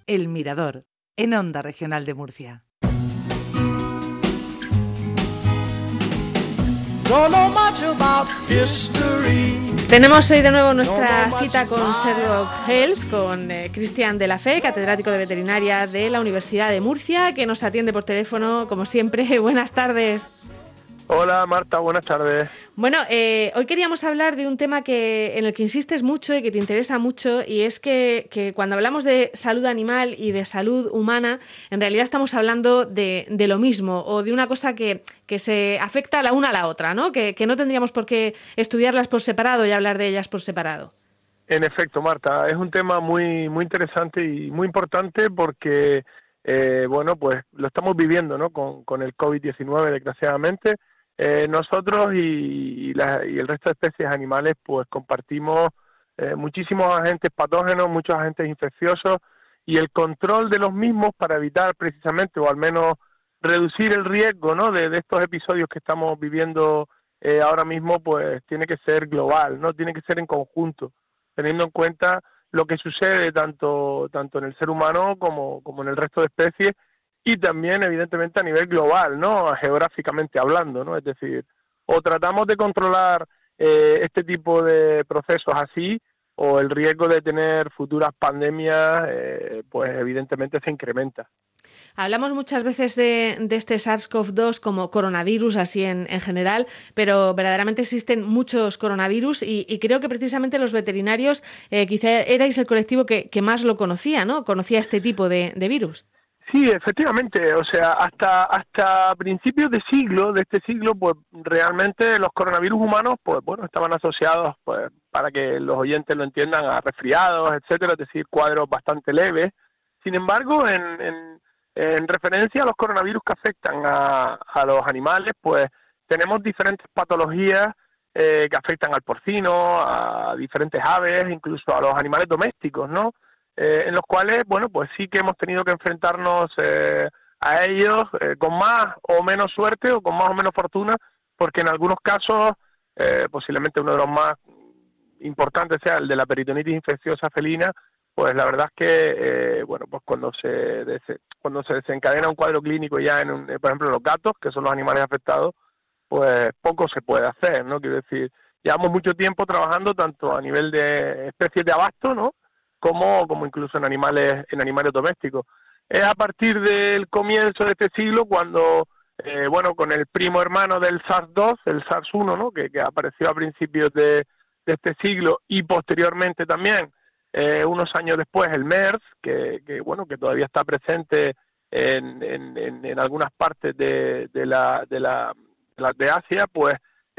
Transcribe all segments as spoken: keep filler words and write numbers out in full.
El Mirador, en Onda Regional de Murcia. Tenemos hoy de nuevo nuestra cita con Sherlock Health, con eh, Cristian de la Fe, catedrático de veterinaria de la Universidad de Murcia, que nos atiende por teléfono, como siempre. Buenas tardes. Hola Marta, buenas tardes. Bueno, eh, hoy queríamos hablar de un tema que en el que insistes mucho y que te interesa mucho, y es que, que cuando hablamos de salud animal y de salud humana, en realidad estamos hablando de, de lo mismo, o de una cosa que, que se afecta la una a la otra, ¿no? Que, que no tendríamos por qué estudiarlas por separado y hablar de ellas por separado. En efecto, Marta, es un tema muy, muy interesante y muy importante porque, eh, bueno, pues lo estamos viviendo, ¿no? Con, con el covid diecinueve, desgraciadamente. Eh, nosotros y, y, la, y el resto de especies animales pues compartimos eh, muchísimos agentes patógenos, muchos agentes infecciosos, y el control de los mismos para evitar precisamente, o al menos reducir el riesgo, ¿no? de, de estos episodios que estamos viviendo eh, ahora mismo, pues tiene que ser global, ¿no? Tiene que ser en conjunto, teniendo en cuenta lo que sucede tanto, tanto en el ser humano como, como en el resto de especies, y también evidentemente a nivel global, ¿no? Geográficamente hablando, ¿no? Es decir, o tratamos de controlar eh, este tipo de procesos así, o el riesgo de tener futuras pandemias, eh, pues evidentemente se incrementa. Hablamos muchas veces de, de este SARS-CoV dos como coronavirus, así en, en general, pero verdaderamente existen muchos coronavirus y, y creo que precisamente los veterinarios eh, quizá erais el colectivo que, que más lo conocía, ¿no? Conocía este tipo de, de virus. Sí, efectivamente, o sea, hasta hasta principios de siglo, de este siglo, pues realmente los coronavirus humanos, pues bueno, estaban asociados, pues para que los oyentes lo entiendan, a resfriados, etcétera, es decir, cuadros bastante leves. Sin embargo, en, en, en referencia a los coronavirus que afectan a, a los animales, pues tenemos diferentes patologías eh, que afectan al porcino, a diferentes aves, incluso a los animales domésticos, ¿no? Eh, en los cuales, bueno, pues sí que hemos tenido que enfrentarnos eh, a ellos eh, con más o menos suerte o con más o menos fortuna, porque en algunos casos, eh, posiblemente uno de los más importantes sea el de la peritonitis infecciosa felina, pues la verdad es que, eh, bueno, pues cuando se des- cuando se desencadena un cuadro clínico ya en, un, eh, por ejemplo, los gatos, que son los animales afectados, pues poco se puede hacer, ¿no? Quiero decir, llevamos mucho tiempo trabajando tanto a nivel de especies de abasto, ¿no? como como incluso en animales en animales domésticos. Es a partir del comienzo de este siglo cuando, eh, bueno, con el primo hermano del SARS dos, el SARS uno, ¿no? que, que apareció a principios de, de este siglo, y posteriormente también, eh, unos años después, el MERS, que, que bueno, que todavía está presente en, en, en, en algunas partes de, de, la, de, la, de, la, de Asia, pues,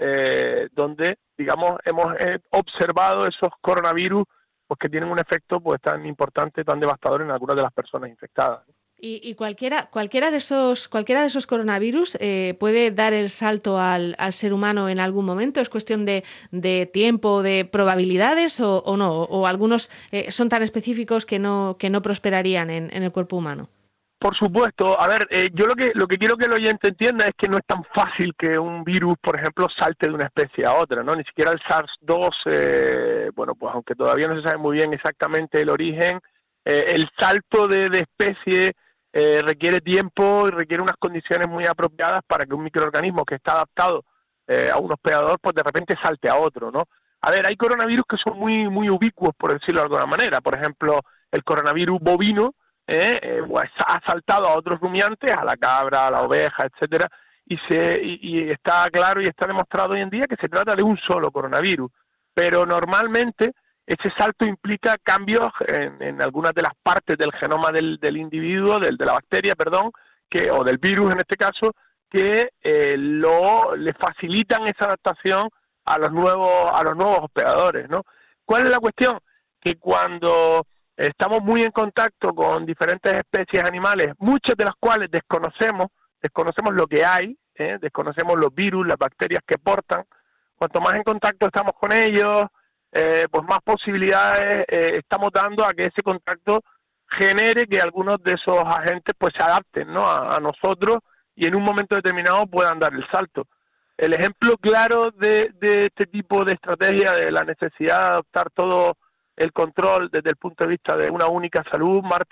eh, donde, digamos, hemos eh, observado esos coronavirus pues que tienen un efecto pues tan importante, tan devastador en algunas de las personas infectadas. Y, y cualquiera, cualquiera de esos, cualquiera de esos coronavirus eh, puede dar el salto al, al ser humano en algún momento. ¿Es cuestión de, de tiempo, de probabilidades o, o no? O algunos eh, son tan específicos que no, que no prosperarían en, en el cuerpo humano. Por supuesto, a ver, eh, yo lo que lo que quiero que el oyente entienda es que no es tan fácil que un virus, por ejemplo, salte de una especie a otra, ¿no? Ni siquiera el SARS dos, eh, bueno, pues aunque todavía no se sabe muy bien exactamente el origen, eh, el salto de, de especie eh, requiere tiempo y requiere unas condiciones muy apropiadas para que un microorganismo que está adaptado eh, a un hospedador, pues de repente salte a otro, ¿no? A ver, hay coronavirus que son muy muy ubicuos, por decirlo de alguna manera. Por ejemplo, el coronavirus bovino, Eh, eh, pues ha saltado a otros rumiantes, a la cabra, a la oveja, etcétera, y se y, y está claro y está demostrado hoy en día que se trata de un solo coronavirus, pero normalmente ese salto implica cambios en, en algunas de las partes del genoma del, del individuo, del, de la bacteria, perdón, que o del virus en este caso, que eh, lo le facilitan esa adaptación a los nuevos a los nuevos hospedadores, ¿no? ¿Cuál es la cuestión? Que cuando estamos muy en contacto con diferentes especies animales, muchas de las cuales desconocemos, desconocemos lo que hay, ¿eh? desconocemos los virus, las bacterias que portan. Cuanto más en contacto estamos con ellos, eh, pues más posibilidades eh, estamos dando a que ese contacto genere que algunos de esos agentes pues se adapten, ¿no? a, a nosotros y en un momento determinado puedan dar el salto. El ejemplo claro de, de este tipo de estrategia, de la necesidad de adoptar todo el control desde el punto de vista de una única salud, Marta,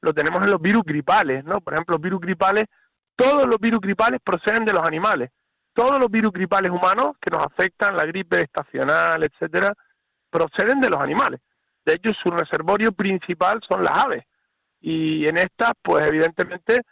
lo tenemos en los virus gripales, ¿no? Por ejemplo, los virus gripales, todos los virus gripales proceden de los animales. Todos los virus gripales humanos que nos afectan, la gripe estacional, etcétera, proceden de los animales. De hecho, su reservorio principal son las aves. Y en estas, pues evidentemente,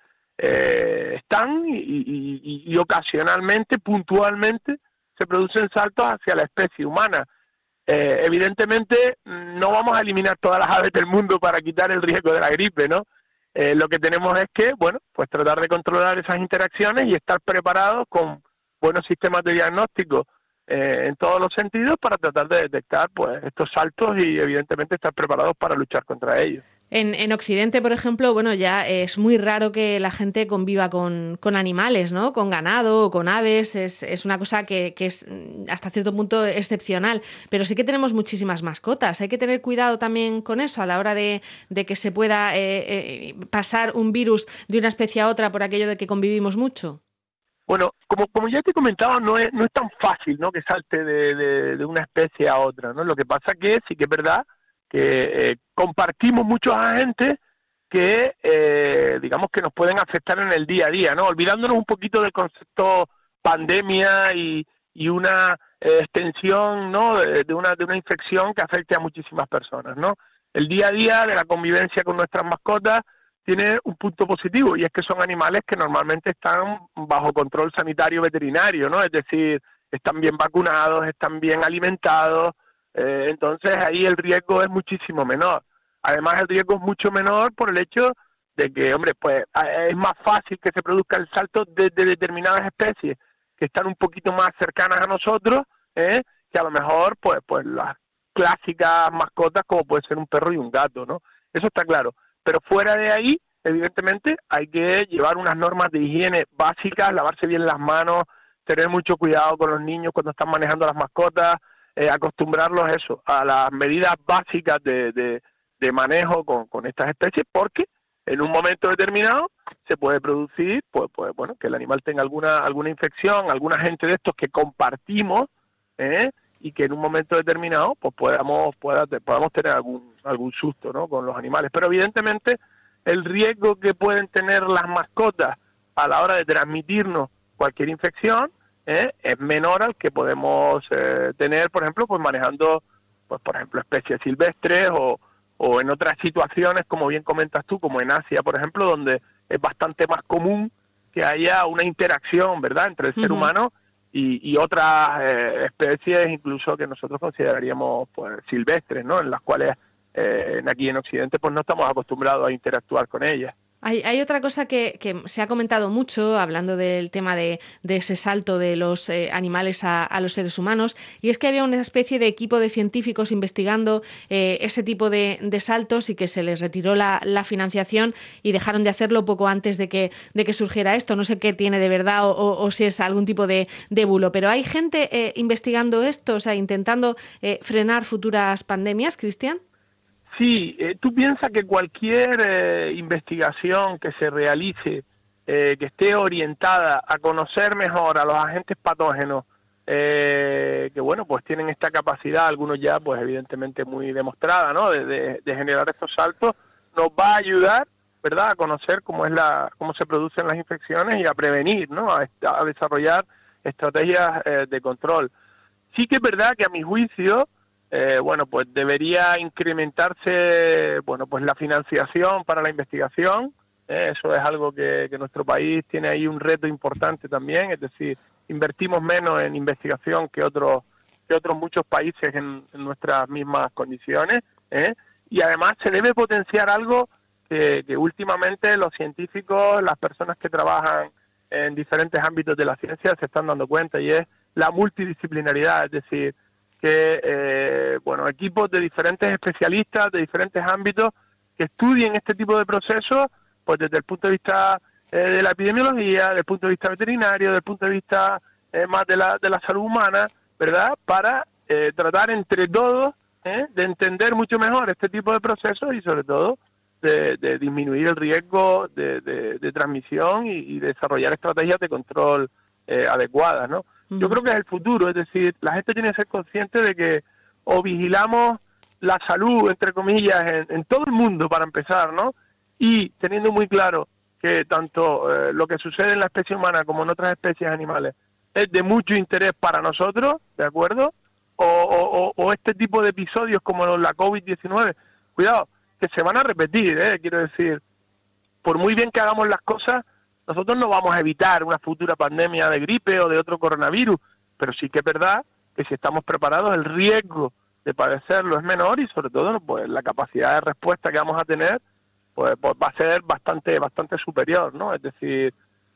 eh, están y, y, y ocasionalmente, puntualmente, se producen saltos hacia la especie humana. Eh, evidentemente, no vamos a eliminar todas las aves del mundo para quitar el riesgo de la gripe, ¿no? Eh, lo que tenemos es que, bueno, pues tratar de controlar esas interacciones y estar preparados con buenos sistemas de diagnóstico eh, en todos los sentidos para tratar de detectar pues estos saltos y evidentemente estar preparados para luchar contra ellos. En, en Occidente, por ejemplo, bueno, ya es muy raro que la gente conviva con, con animales, ¿no? Con ganado o con aves, es, es una cosa que, que es hasta cierto punto excepcional, pero sí que tenemos muchísimas mascotas. Hay que tener cuidado también con eso a la hora de, de que se pueda eh, eh, pasar un virus de una especie a otra por aquello de que convivimos mucho. Bueno, como, como ya te comentaba, no es, no es tan fácil, ¿no?, que salte de, de, de una especie a otra, ¿no? Lo que pasa que sí que es verdad que eh, compartimos muchos agentes que, eh, digamos, que nos pueden afectar en el día a día, ¿no? Olvidándonos un poquito del concepto pandemia y, y una eh, extensión, ¿no?, de, de, una, de una infección que afecte a muchísimas personas, ¿no? El día a día de la convivencia con nuestras mascotas tiene un punto positivo, y es que son animales que normalmente están bajo control sanitario veterinario, ¿no? Es decir, están bien vacunados, están bien alimentados, eh, entonces ahí el riesgo es muchísimo menor. Además, el riesgo es mucho menor por el hecho de que, hombre, pues es más fácil que se produzca el salto de, de determinadas especies que están un poquito más cercanas a nosotros, ¿eh?, que a lo mejor, pues, pues las clásicas mascotas como puede ser un perro y un gato, ¿no? Eso está claro. Pero fuera de ahí, evidentemente, hay que llevar unas normas de higiene básicas, lavarse bien las manos, tener mucho cuidado con los niños cuando están manejando las mascotas, eh, acostumbrarlos a eso, a las medidas básicas de, de, de manejo con, con estas especies, porque en un momento determinado se puede producir, pues, pues bueno, que el animal tenga alguna alguna infección, algún agente de estos que compartimos, ¿eh?, y que en un momento determinado pues podamos pueda, podamos tener algún algún susto, ¿no?, con los animales. Pero evidentemente el riesgo que pueden tener las mascotas a la hora de transmitirnos cualquier infección ¿eh? es menor al que podemos eh, tener, por ejemplo, pues manejando, pues por ejemplo, especies silvestres o, o en otras situaciones, como bien comentas tú, como en Asia, por ejemplo, donde es bastante más común que haya una interacción, ¿verdad?, entre el uh-huh. ser humano Y, y otras eh, especies incluso que nosotros consideraríamos pues silvestres, ¿no?, en las cuales eh, aquí en Occidente pues no estamos acostumbrados a interactuar con ellas. Hay, hay otra cosa que, que se ha comentado mucho, hablando del tema de, de ese salto de los eh, animales a, a los seres humanos, y es que había una especie de equipo de científicos investigando eh, ese tipo de, de saltos y que se les retiró la, la financiación y dejaron de hacerlo poco antes de que, de que surgiera esto. No sé qué tiene de verdad o, o, o si es algún tipo de, de bulo, pero hay gente eh, investigando esto, o sea, intentando eh, frenar futuras pandemias, Cristian. Sí, eh, tú piensas que cualquier eh, investigación que se realice, eh, que esté orientada a conocer mejor a los agentes patógenos, eh, que bueno, pues tienen esta capacidad, algunos ya pues evidentemente muy demostrada, ¿no?, de, de, de generar estos saltos, nos va a ayudar, ¿verdad?, a conocer cómo es la, cómo se producen las infecciones y a prevenir, ¿no?, a, a desarrollar estrategias eh, de control. Sí que es verdad que a mi juicio, Eh, bueno, pues debería incrementarse, bueno, pues la financiación para la investigación. Eh, eso es algo que, que nuestro país tiene ahí un reto importante también, es decir, invertimos menos en investigación que otros que otros muchos países en, en nuestras mismas condiciones, ¿eh? Y además se debe potenciar algo que, que últimamente los científicos, las personas que trabajan en diferentes ámbitos de la ciencia se están dando cuenta, y es la multidisciplinaridad, es decir, que eh, bueno, equipos de diferentes especialistas, de diferentes ámbitos, que estudien este tipo de procesos, pues desde el punto de vista eh, de la epidemiología, desde el punto de vista veterinario, desde el punto de vista eh, más de la, de la salud humana, ¿verdad?, para eh, tratar entre todos eh, de entender mucho mejor este tipo de procesos y sobre todo de, de disminuir el riesgo de, de, de transmisión y, y desarrollar estrategias de control eh, adecuadas, ¿no? Yo creo que es el futuro, es decir, la gente tiene que ser consciente de que o vigilamos la salud, entre comillas, en, en todo el mundo para empezar, ¿no?, y teniendo muy claro que tanto eh, lo que sucede en la especie humana como en otras especies animales es de mucho interés para nosotros, ¿de acuerdo? O, o, o este tipo de episodios como la COVID diecinueve, cuidado, que se van a repetir, ¿eh? Quiero decir, por muy bien que hagamos las cosas, nosotros no vamos a evitar una futura pandemia de gripe o de otro coronavirus, pero sí que es verdad que si estamos preparados el riesgo de padecerlo es menor y sobre todo pues la capacidad de respuesta que vamos a tener pues, pues va a ser bastante bastante superior, ¿no? Es decir,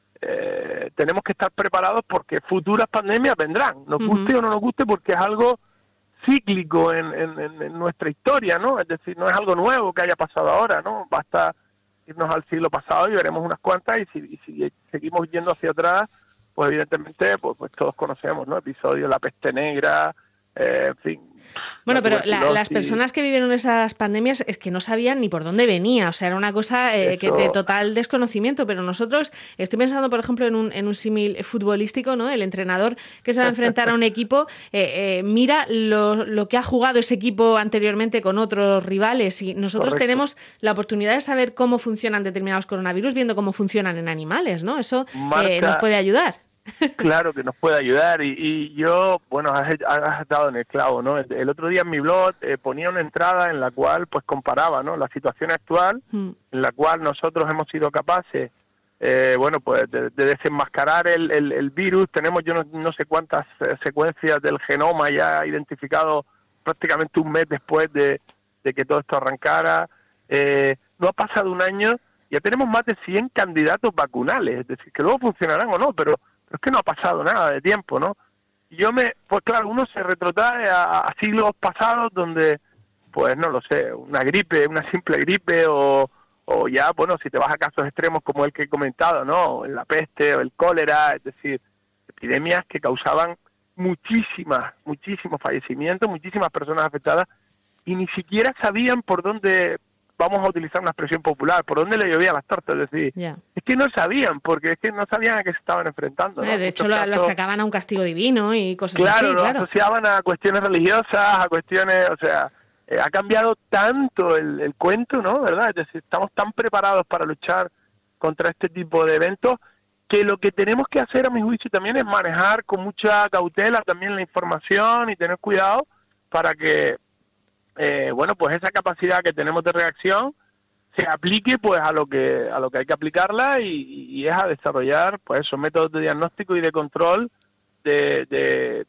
eh, tenemos que estar preparados porque futuras pandemias vendrán, nos guste uh-huh. o no nos guste, porque es algo cíclico en, en, en nuestra historia, ¿no? Es decir, no es algo nuevo que haya pasado ahora, ¿no? Basta irnos al siglo pasado y veremos unas cuantas, y si, y si seguimos yendo hacia atrás, pues evidentemente pues, pues todos conocemos, ¿no? Episodios, la peste negra, eh, en fin. Bueno, pero la, las personas que vivieron esas pandemias es que no sabían ni por dónde venía, o sea, era una cosa eh, que de total desconocimiento, pero nosotros, estoy pensando, por ejemplo, en un, en un símil futbolístico, ¿no? El entrenador que se va a enfrentar a un equipo, eh, eh, mira lo, lo que ha jugado ese equipo anteriormente con otros rivales, y nosotros Correcto. Tenemos la oportunidad de saber cómo funcionan determinados coronavirus viendo cómo funcionan en animales, ¿no? Eso Marca... eh, nos puede ayudar. Claro que nos puede ayudar, y, y yo, bueno, has, has dado en el clavo, ¿no? El, el otro día en mi blog eh, ponía una entrada en la cual pues comparaba, ¿no? La situación actual, mm. en la cual nosotros hemos sido capaces, eh, bueno, pues de, de desenmascarar el, el, el virus. Tenemos yo no, no sé cuántas eh, secuencias del genoma ya identificado prácticamente un mes después de, de que todo esto arrancara. Eh, no ha pasado un año, ya tenemos más de cien candidatos vacunales, es decir, que luego funcionarán o no, pero es que no ha pasado nada de tiempo, ¿no? Y yo me, pues claro, uno se retrotrae a, a siglos pasados donde, pues no lo sé, una gripe, una simple gripe, o, o ya, bueno, si te vas a casos extremos como el que he comentado, ¿no? La peste o el cólera, es decir, epidemias que causaban muchísimas, muchísimos fallecimientos, muchísimas personas afectadas, y ni siquiera sabían por dónde, vamos a utilizar una expresión popular, por dónde le llovían las tortas, es decir, yeah. es que no sabían, porque es que no sabían a qué se estaban enfrentando, ¿no? Eh, de hecho, lo, casos, lo achacaban a un castigo divino y cosas claro, así, lo claro. Lo asociaban a cuestiones religiosas, a cuestiones, o sea, eh, ha cambiado tanto el, el cuento, ¿no? ¿Verdad? Es decir, estamos tan preparados para luchar contra este tipo de eventos que lo que tenemos que hacer, a mi juicio, también es manejar con mucha cautela también la información y tener cuidado para que Eh, bueno, pues esa capacidad que tenemos de reacción se aplique pues a lo que a lo que hay que aplicarla, y, y es a desarrollar pues esos métodos de diagnóstico y de control de, de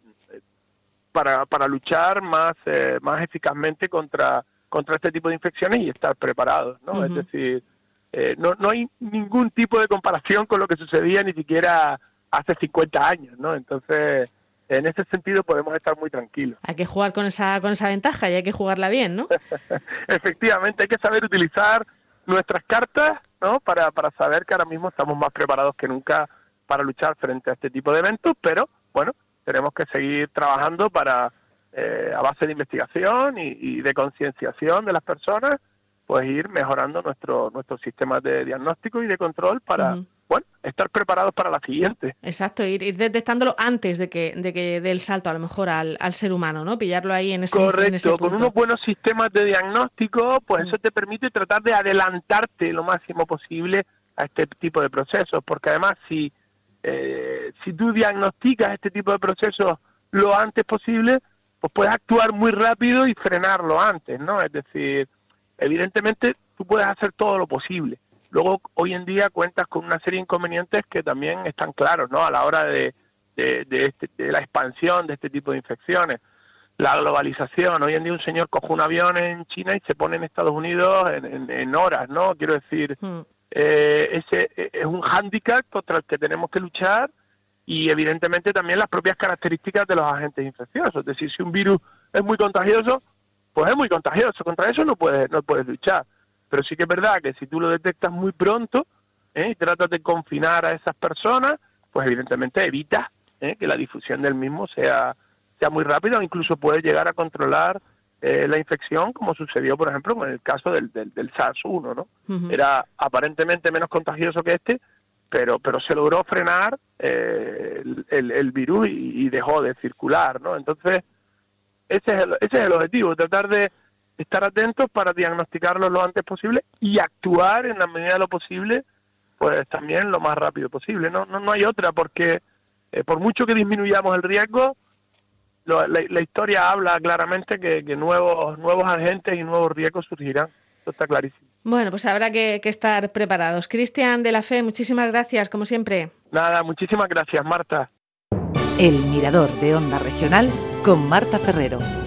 para, para luchar más eh, más eficazmente contra contra este tipo de infecciones y estar preparados, ¿no? Uh-huh. Es decir, eh, no no hay ningún tipo de comparación con lo que sucedía ni siquiera hace cincuenta años, ¿no? Entonces, en ese sentido podemos estar muy tranquilos. Hay que jugar con esa con esa ventaja y hay que jugarla bien, ¿no? Efectivamente, hay que saber utilizar nuestras cartas, ¿no? Para, para saber que ahora mismo estamos más preparados que nunca para luchar frente a este tipo de eventos, pero bueno, tenemos que seguir trabajando para, eh, a base de investigación y, y de concienciación de las personas, pues ir mejorando nuestro nuestros sistemas de diagnóstico y de control para... Uh-huh. Bueno, estar preparados para la siguiente. Exacto, ir, ir detectándolo antes de que de que dé el salto a lo mejor al, al ser humano, ¿no? Pillarlo ahí en ese, Correcto, en ese punto. Con unos buenos sistemas de diagnóstico, pues mm. eso te permite tratar de adelantarte lo máximo posible a este tipo de procesos, porque además si, eh, si tú diagnosticas este tipo de procesos lo antes posible, pues puedes actuar muy rápido y frenarlo antes, ¿no? Es decir, evidentemente tú puedes hacer todo lo posible. Luego, hoy en día cuentas con una serie de inconvenientes que también están claros, ¿no? A la hora de, de, de, este, de la expansión de este tipo de infecciones. La globalización. Hoy en día un señor coge un avión en China y se pone en Estados Unidos en, en, en horas, ¿no? Quiero decir, mm. eh, ese es un hándicap contra el que tenemos que luchar, y evidentemente también las propias características de los agentes infecciosos. Es decir, si un virus es muy contagioso, pues es muy contagioso. Contra eso no puedes, no puedes luchar. Pero sí que es verdad que si tú lo detectas muy pronto, ¿eh? y tratas de confinar a esas personas, pues evidentemente evitas ¿eh? que la difusión del mismo sea, sea muy rápida, o incluso puedes llegar a controlar eh, la infección, como sucedió, por ejemplo, con el caso del, del, del SARS uno, ¿no? Uh-huh. Era aparentemente menos contagioso que este, pero pero se logró frenar eh, el, el, el virus y, y dejó de circular, ¿no? Entonces, ese es el, ese es el objetivo, tratar de estar atentos para diagnosticarlo lo antes posible y actuar en la medida de lo posible, pues también lo más rápido posible. No, no, no hay otra, porque eh, por mucho que disminuyamos el riesgo, lo, la, la historia habla claramente que, que nuevos, nuevos agentes y nuevos riesgos surgirán. Eso está clarísimo. Bueno, pues habrá que, que estar preparados. Cristian de la Fe, muchísimas gracias, como siempre. Nada, muchísimas gracias, Marta. El Mirador de Onda Regional con Marta Ferrero.